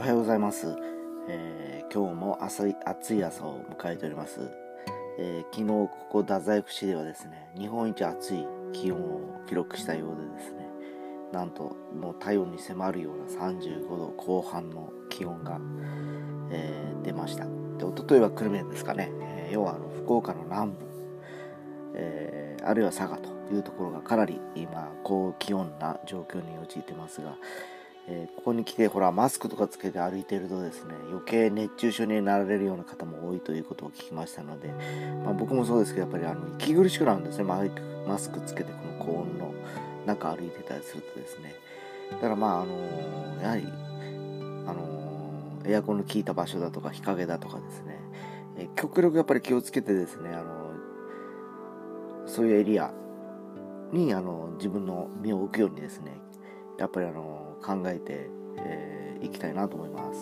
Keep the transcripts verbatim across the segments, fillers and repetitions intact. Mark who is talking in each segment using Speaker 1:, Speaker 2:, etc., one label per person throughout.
Speaker 1: はようございます。えー今日も暑い、暑い朝を迎えております。えー昨日ここ太宰府市ではですね、日本一暑い気温を記録したようでですね、なんともう体温に迫るようなさんじゅうごどこう半の気温が、えー出ました。で、一昨日は久留米ですかね、えー要はあの福岡の南部、えーあるいは佐賀というところがかなり今高気温な状況に陥ってますが、えーここに来てほらマスクとかつけて歩いているとですね、余計熱中症になられるような方も多いということを聞きましたので、まあ、僕もそうですけどやっぱりあの息苦しくなるんですね。ママスクつけてこの高温の中歩いてたりするとですね、だからまああのーやはりあのーエアコンの効いた場所だとか日陰だとかですね、えー極力やっぱり気をつけてですね、あのーそういうエリアにあの自分の身を置くようにですね、やっぱりあの考えて、えー、いきたいなと思います。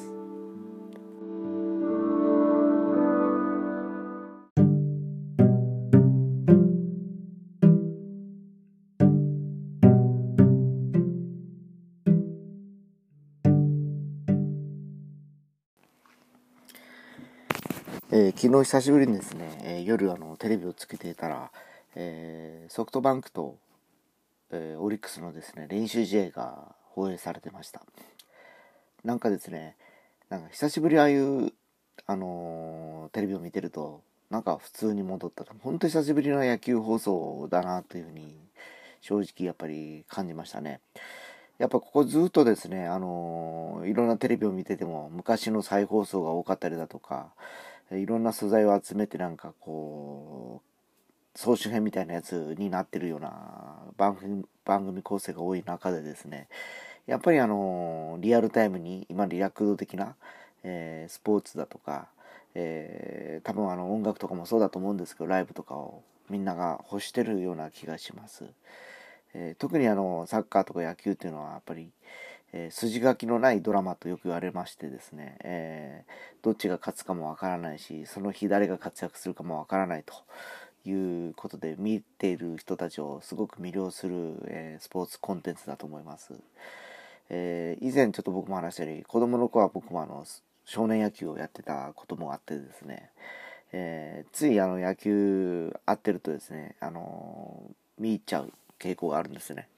Speaker 1: えー昨日久しぶりにですね、えー夜あのテレビをつけていたら、えーソフトバンクと、えーオリックスのですね練習試合が放映されてました。なんかですね、なんか久しぶりああいうあのーテレビを見てるとなんか普通に戻ったと、本当に久しぶりの野球放送だなというふうに正直やっぱり感じましたね。やっぱここずっとですね、あのーいろんなテレビを見てても昔の再放送が多かったりだとか、いろんな素材を集めてなんかこう総集編みたいなやつになってるような番組番組構成が多い中でですね、やっぱりあのリアルタイムに今リラクド的な、えースポーツだとか、えー多分あの音楽とかもそうだと思うんですけど、ライブとかをみんなが欲してるような気がします。えー特にあのサッカーとか野球っていうのはやっぱり、えー筋書きのないドラマとよく言われましてですね、えーどっちが勝つかもわからないし、その日誰が活躍するかもわからないということで、見ている人たちをすごく魅了する、えースポーツコンテンツだと思います。えー以前ちょっと僕も話したように、子供の子は僕もあの少年野球をやってたこともあってですね、えーついあの野球合ってるとですね、あのー見入っちゃう傾向があるんですね。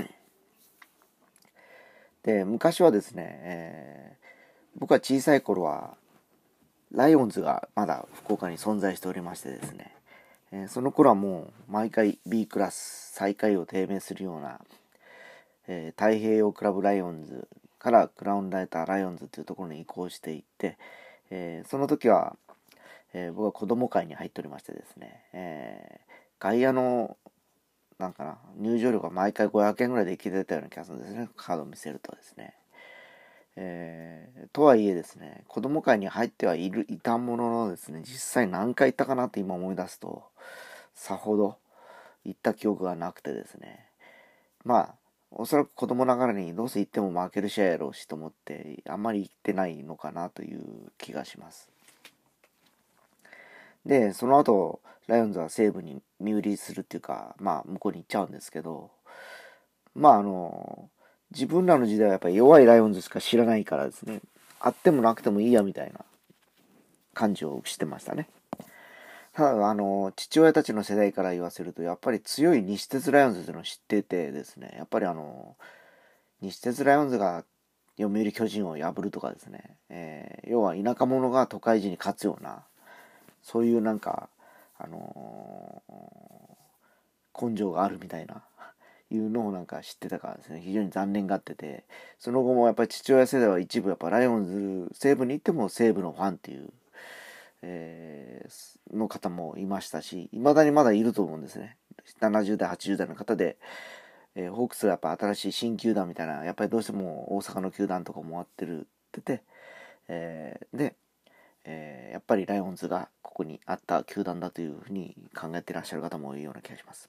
Speaker 1: で、昔はですね、えー僕は小さい頃はライオンズがまだ福岡に存在しておりましてですね、えーその頃はもう毎回 B クラス最下位を低迷するような、えー太平洋クラブライオンズからクラウンライターライオンズというところに移行していって、えーその時は、えー僕は子供会に入っておりましてですね、えー外野のなんかな入場料が毎回ごひゃくえんぐらいで行けてたような気がするんですね、カードを見せるとですね。えーとはいえですね、子供会に入ってはいるいたもののですね、実際何回行ったかなって今思い出すとさほど行った記憶がなくてですね、まあおそらく子供ながらにどうせ行っても負ける試合やろうしと思ってあんまり行ってないのかなという気がします。でその後ライオンズは西武に身売りするっていうか、まあ向こうに行っちゃうんですけど、まああの自分らの時代はやっぱり弱いライオンズしか知らないからですね、あってもなくてもいいやみたいな感じをしてましたね。ただあの父親たちの世代から言わせるとやっぱり強い西鉄ライオンズというのを知っててですね、やっぱりあの西鉄ライオンズが読売巨人を破るとかですね、えー要は田舎者が都会人に勝つような、そういうなんかあのー根性があるみたいないうのをなんか知ってたからですね、非常に残念がってて、その後もやっぱり父親世代は一部やっぱライオンズ西武に行っても西武のファンっていう、えーの方もいましたし、未だにまだいると思うんですね。ななじゅう代はちじゅう代の方で、えーホークスがやっぱ新しい新球団みたいな、やっぱりどうしても大阪の球団とかもあってるってて、えーで、えーやっぱりライオンズがここにあった球団だというふうに考えてらっしゃる方も多いような気がします。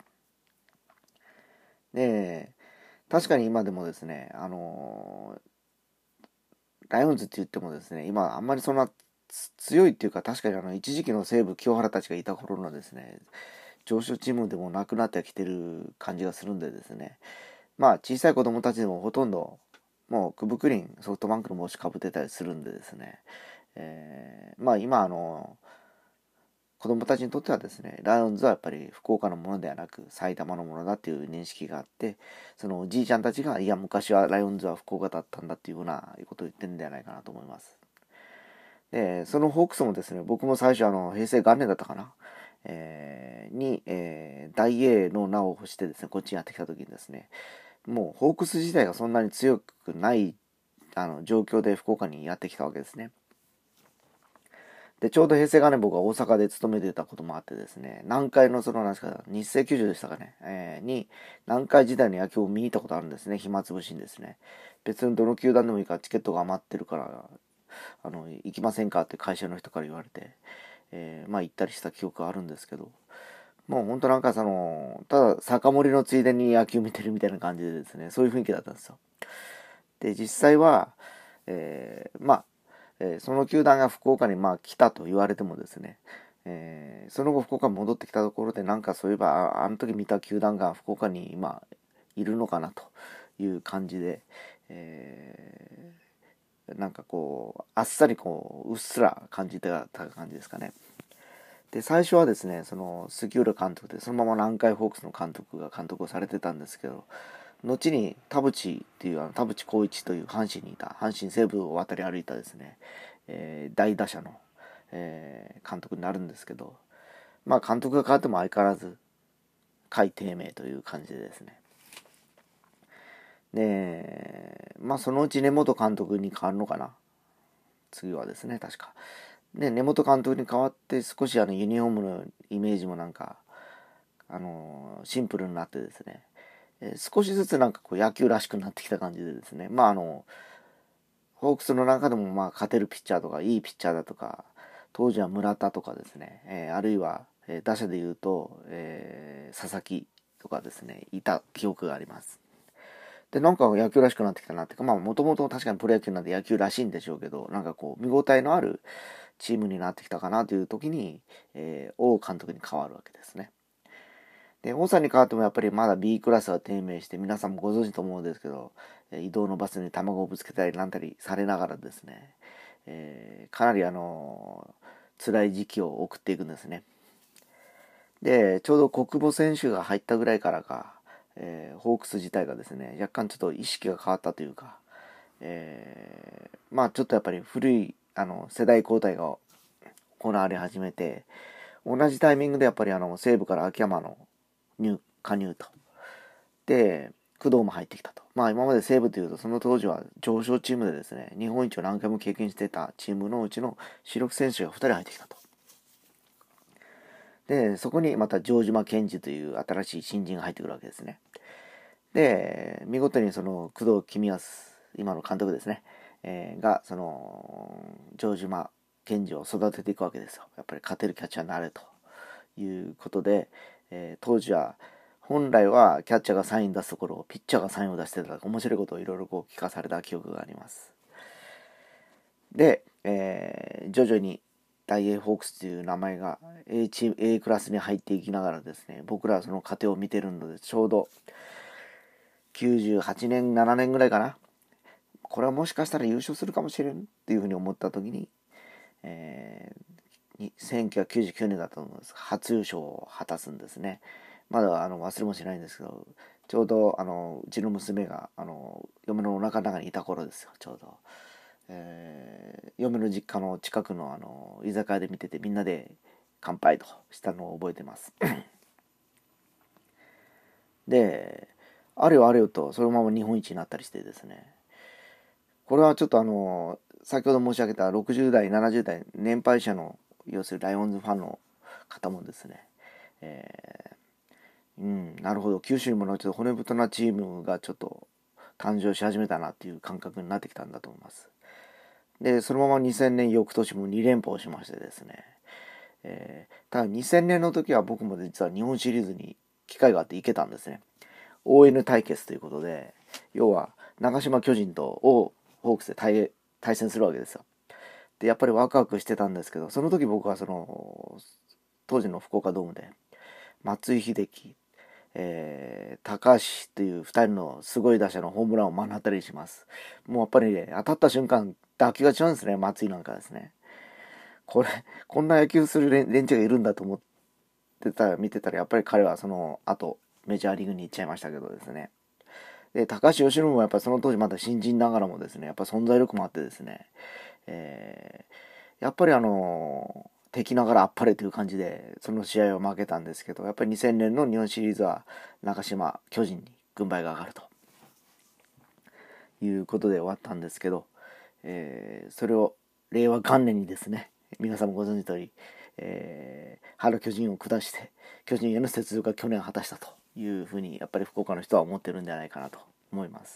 Speaker 1: で、確かに今でもですね、あのーライオンズって言ってもですね、今あんまりそんな強いっていうか、確かにあの一時期の西武清原たちがいた頃のですね、上昇チームでもなくなってきてる感じがするんでですね、まあ小さい子供たちでもほとんどもうクブクリンソフトバンクの帽子かぶってたりするんでですね、えー、まあ今あの子供たちにとってはですね、ライオンズはやっぱり福岡のものではなく埼玉のものだっていう認識があって、そのおじいちゃんたちがいや昔はライオンズは福岡だったんだっていうようなことを言ってるんではないかなと思います。でそのホークスもですね、僕も最初あの平成元年だったかな、えー、に、えー、大英の名を欲してですねこっちにやってきた時にですね、もうホークス自体がそんなに強くないあの状況で福岡にやってきたわけですね。でちょうど平成元年僕は大阪で勤めてたこともあってですね、南海のその何ですか日清球場でしたかね、えー、に南海時代の野球を見に行ったことあるんですね。暇つぶしにですね、別にどの球団でもいいからチケットが余ってるからあの行きませんかって会社の人から言われて、えー、まあ行ったりした記憶があるんですけど、もうほんとなんかそのただ酒盛りのついでに野球見てるみたいな感じでですね、そういう雰囲気だったんですよ。で実際は、えー、まあ、えー、その球団が福岡にまあ来たと言われてもですね、えー、その後福岡に戻ってきたところでなんかそういえば あ, あの時見た球団が福岡に今いるのかなという感じで、えー、なんかこうあっさりこううっすら感じてた感じですかね。で最初はですね、その杉浦監督でそのまま南海ホークスの監督が監督をされてたんですけど、後に田淵っていうあの田淵幸一という阪神にいた阪神西部を渡り歩いたですね、えー、大打者の、えー、監督になるんですけど、まあ監督が変わっても相変わらず甲斐低迷という感じでですね、でまあそのうち根本監督に変わるのかな、次はですね確か。で根本監督に変わって少しあのユニフォームのイメージもなんかあのシンプルになってですね、えー、少しずつなんかこう野球らしくなってきた感じでですね、まああのホークスの中でもまあ勝てるピッチャーとかいいピッチャーだとか、当時は村田とかですね、えー、あるいは、えー、打者でいうと、えー、佐々木とかですねいた記憶があります。でなんか野球らしくなってきたなっていうか、まあもともと確かにプロ野球なんで野球らしいんでしょうけど、なんかこう見応えのあるチームになってきたかなという時に、えー、王監督に変わるわけですね。で王さんに変わってもやっぱりまだ B クラスは低迷して、皆さんもご存知と思うんですけど、移動のバスに卵をぶつけたりなんたりされながらですね、えー、かなりあの辛い時期を送っていくんですね。でちょうど小久保選手が入ったぐらいからか、えー、ホークス自体がですね若干ちょっと意識が変わったというか、えー、まあちょっとやっぱり古いあの世代交代が行われ始めて、同じタイミングでやっぱりあの西武から秋山の入加入とで工藤も入ってきたと。まあ今まで西武というとその当時は上昇チームでですね、日本一を何回も経験してたチームのうちの主力選手がふたり入ってきたと。でそこにまた城島健二という新しい新人が入ってくるわけですね。で見事にその工藤公康今の監督ですね、えー、がその城島健二を育てていくわけですよ。やっぱり勝てるキャッチャーになれということで、えー、当時は本来はキャッチャーがサイン出すところをピッチャーがサインを出してた面白いことをいろいろこう聞かされた記憶があります。で、えー、徐々に大英ホークスという名前が A チーム A クラスに入っていきながらですね、僕らはその過程を見てるので、ちょうどきゅうじゅうはちねんななねんぐらいかな、これはもしかしたら優勝するかもしれんっていうふうに思った時に、えー、せんきゅうひゃくきゅうじゅうきゅうねんだったと思うんですが初優勝を果たすんですね。まだあの忘れもしないんですけど、ちょうどあのうちの娘があの嫁のお腹の中にいた頃ですよ。ちょうど、えー、嫁の実家の近くのあの居酒屋で見てて、みんなで乾杯としたのを覚えてますであれよあれよとそのまま日本一になったりしてですね、これはちょっとあの先ほど申し上げたろくじゅう代ななじゅう代年配者の要するにライオンズファンの方もですね、えーうん、なるほど、九州にもちょっと骨太なチームがちょっと誕生し始めたなっていう感覚になってきたんだと思います。でそのままにせんねん翌年もに連覇をしましてですね、えー、ただにせんねんの時は僕も実は日本シリーズに機会があって行けたんですね。 オーエヌ 対決ということで、要は長島巨人とをホークスで 対, 対戦するわけですよ。でやっぱりワクワクしてたんですけど、その時僕はその当時の福岡ドームで松井秀喜、 えー、高橋というふたりのすごい打者のホームランを目の当たりにします。もうやっぱりね、当たった瞬間打球が違うんですね。松井なんかですね。これこんな野球する連中がいるんだと思ってた見てたら、やっぱり彼はその後メジャーリーグに行っちゃいましたけどですね。で高橋由伸もやっぱりその当時まだ新人ながらもですね、やっぱ存在力もあってですね、えー、やっぱりあの敵ながらあっぱれという感じでその試合を負けたんですけど、やっぱりにせんねんの日本シリーズは中島巨人に軍配が上がるということで終わったんですけど、えー、それを令和元年にですね、皆さんもご存知の通り、えー、原巨人を下して巨人への雪辱が去年果たしたというふうにやっぱり福岡の人は思ってるんじゃないかなと思います。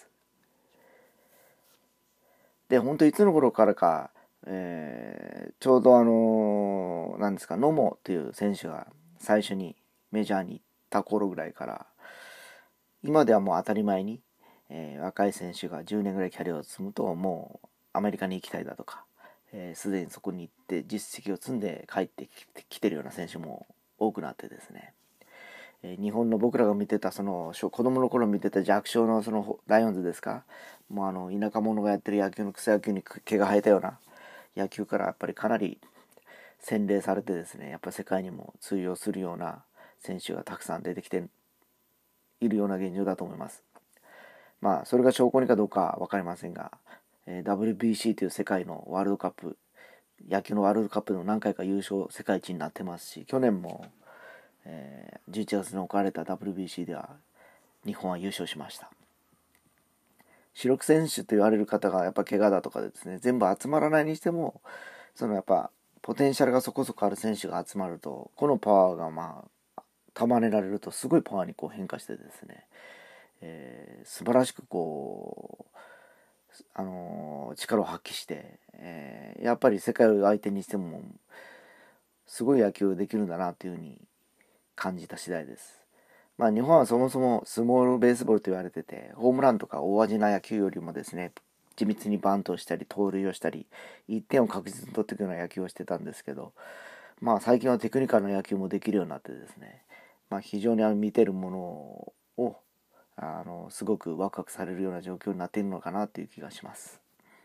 Speaker 1: で本当いつの頃からか、えー、ちょうどあの何ですか野茂という選手が最初にメジャーに行った頃ぐらいから、今ではもう当たり前に、えー、若い選手がじゅうねんぐらいキャリアを積むともうアメリカに行きたいだとか、す、えー、で、にそこに行って実績を積んで帰ってきてるような選手も多くなってですね、えー、日本の僕らが見てたその子供の頃見てた弱小のそのライオンズですか、もうあの田舎者がやってる野球の草野球に毛が生えたような野球からやっぱりかなり洗練されてですね、やっぱり世界にも通用するような選手がたくさん出てきているような現状だと思います。まあそれが証拠にかどうか分かりませんが、えー、ダブリュービーシー という世界のワールドカップ、野球のワールドカップでも何回か優勝世界一になってますし、去年も、えー、じゅういちがつに行われた ダブリュービーシー では日本は優勝しました。主力選手と言われる方がやっぱ怪我だとかでですね、全部集まらないにしても、そのやっぱポテンシャルがそこそこある選手が集まると、このパワーがまあ束ねられるとすごいパワーにこう変化してですね、えー、素晴らしくこう、あのー、力を発揮して、えー、やっぱり世界を相手にしてもすごい野球できるんだなというふうに感じた次第です。まあ日本はそもそもスモールベースボールと言われてて、ホームランとか大味な野球よりもですね、緻密にバントをしたり盗塁をしたりいってんを確実に取っていくような野球をしてたんですけど、まあ最近はテクニカルな野球もできるようになってですね、まあ非常に見てるものをあのすごくワクワクされるような状況になっているのかなという気がします。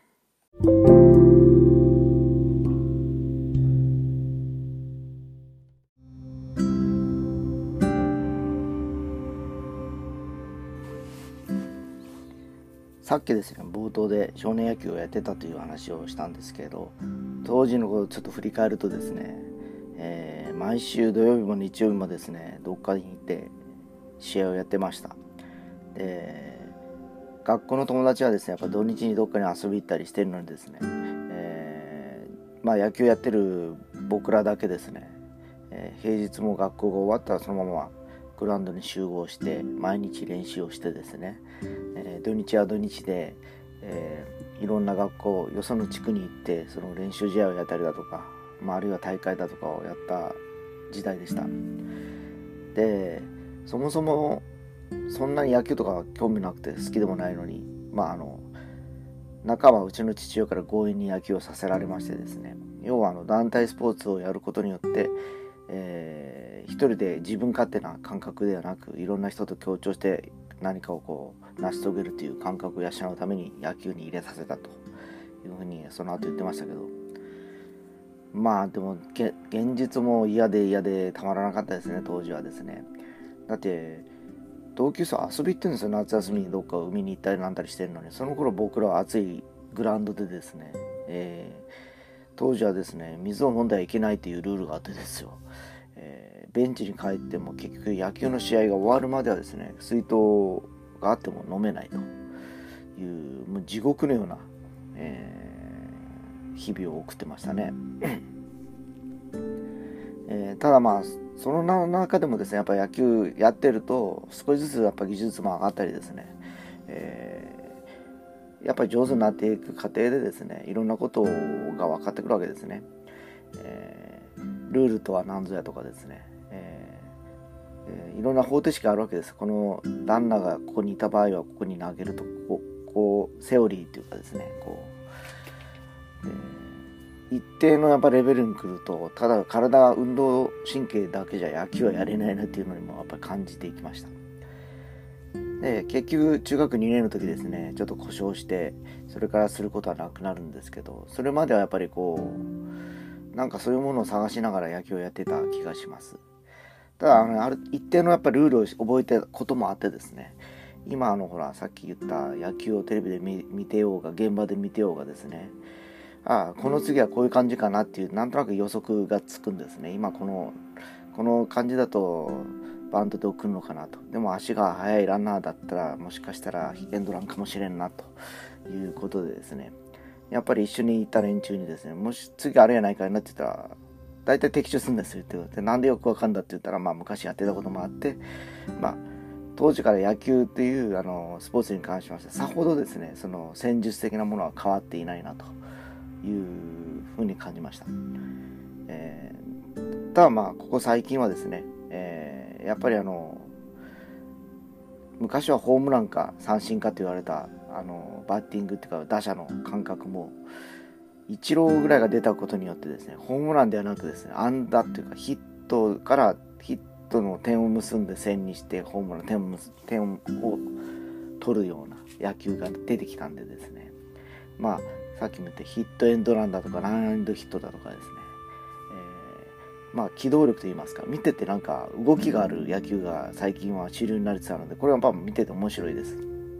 Speaker 1: さっきですね、冒頭で少年野球をやってたという話をしたんですけど、当時のことをちょっと振り返るとですね、えー、毎週土曜日も日曜日もですね、どっかに行って試合をやってました。で、学校の友達はですね、やっぱ土日にどっかに遊び行ったりしてるのにですね、えー、まあ野球やってる僕らだけですね、えー、平日も学校が終わったらそのままグラウンドに集合して毎日練習をしてですね、えー、土日は土日で、えー、いろんな学校よその地区に行ってその練習試合をやったりだとか、まあ、あるいは大会だとかをやった時代でした。でそもそもそんなに野球とか興味なくて好きでもないのに、まああの中はうちの父親から強引に野球をさせられましてですね、要はあの団体スポーツをやることによって、えー、一人で自分勝手な感覚ではなくいろんな人と協調して何かをこう成し遂げるという感覚を養うために野球に入れさせたというふうにその後言ってましたけど、まあでも現実も嫌で嫌でたまらなかったですね、当時はですね。だって同級生遊び行ってるんですよ、夏休みにどっか海に行ったりなんたりしてるのに。その頃僕らは暑いグラウンドでですね、えー、当時はですね水を飲んではいけないというルールがあってですよ、えー、ベンチに帰っても結局野球の試合が終わるまではですね水筒があっても飲めないというもう地獄のような、えー、日々を送ってましたね、えー、ただまあその中でもですねやっぱり野球やってると少しずつやっぱ技術も上がったりですね、えー、やっぱり上手になっていく過程でですねいろんなことが分かってくるわけですね、えー、ルールとは何ぞやとかですね、えー、いろんな方程式があるわけです。このランナーがここにいた場合はここに投げるとこうこうセオリーというかですねこう、えー一定のやっぱレベルに来るとただ体運動神経だけじゃ野球はやれないなっていうのにもやっぱり感じていきました。 で結局中学にねんの時ですねちょっと故障して、それからすることはなくなるんですけど、それまではやっぱりこうなんかそういうものを探しながら野球をやってた気がします。ただあのある一定のやっぱりルールを覚えてたこともあってですね、今あのほらさっき言った野球をテレビで 見, 見てようが現場で見てようがですね、ああこの次はこういう感じかなっていうなんとなく予測がつくんですね。今このこの感じだとバントで送るのかなと、でも足が速いランナーだったらもしかしたらエンドランかもしれんなということでですね、やっぱり一緒にいた連中にですね、もし次あれやないかいなって言ったら大体的中するんですよって。なんでよくわかんだって言ったら、まあ昔やってたこともあって、まあ当時から野球っていうあのスポーツに関しましてさほどですねその戦術的なものは変わっていないなというふうに感じました。えー、ただまあここ最近はですね、えー、やっぱりあの昔はホームランか三振かと言われたあのバッティングっていうか打者の感覚もイチローぐらいが出たことによってですね、ホームランではなくですね安打っていうかヒットからヒットの点を結んで線にしてホームラン点を結点を取るような野球が出てきたんでですね、まあさっきも言ったヒットエンドランだとかランエンドヒットだとかですね、えー、まあ機動力といいますか見ててなんか動きがある野球が最近は主流になりつつあるので、これはやっぱ見てて面白いです。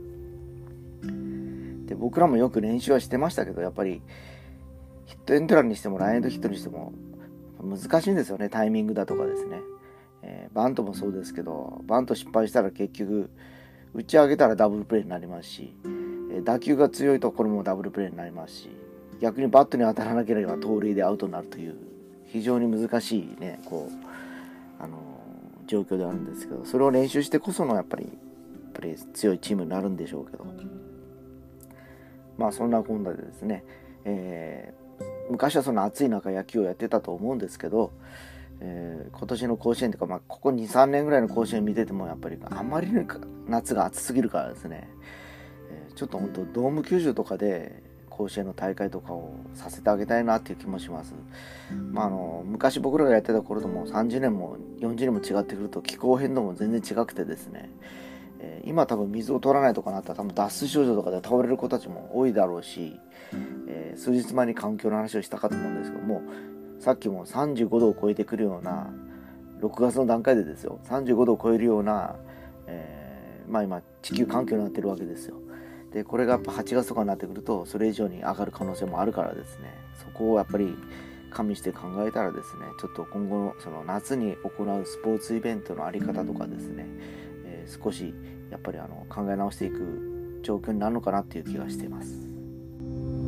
Speaker 1: で僕らもよく練習はしてましたけど、やっぱりヒットエンドランにしてもランエンドヒットにしても難しいんですよね。タイミングだとかですね、えー、バントもそうですけど、バント失敗したら結局打ち上げたらダブルプレーになりますし、えー、打球が強いとこれもダブルプレーになりますし、逆にバットに当たらなければ盗塁でアウトになるという非常に難しいねこう、あのー、状況であるんですけど、それを練習してこそのやっぱりやっぱり強いチームになるんでしょうけど、まあそんなこんなでですね、えー昔はその暑い中野球をやってたと思うんですけど、えー、今年の甲子園というか、まあ、ここ に,さん 年ぐらいの甲子園見ててもやっぱりあまりに夏が暑すぎるからですね、えー、ちょっと本当ドーム球場とかで甲子園の大会とかをさせてあげたいなっていう気もします。まあ、あの昔僕らがやってた頃ともさんじゅうねんもよんじゅうねんも違ってくると気候変動も全然違くてですね、えー、今多分水を取らないとかなったら多分脱水症状とかで倒れる子たちも多いだろうし、えー、数日前に環境の話をしたかと思うんですけども、さっきもさんじゅうごどを超えてくるようなろくがつの段階でですよ、さんじゅうごどを超えるような、えー、まあ今地球環境になってるわけですよ。でこれがやっぱはちがつとかになってくるとそれ以上に上がる可能性もあるからですね、そこをやっぱり加味して考えたらですね、ちょっと今後のその夏に行うスポーツイベントのあり方とかですね、えー、少しやっぱりあの考え直していく状況になるのかなっていう気がしています。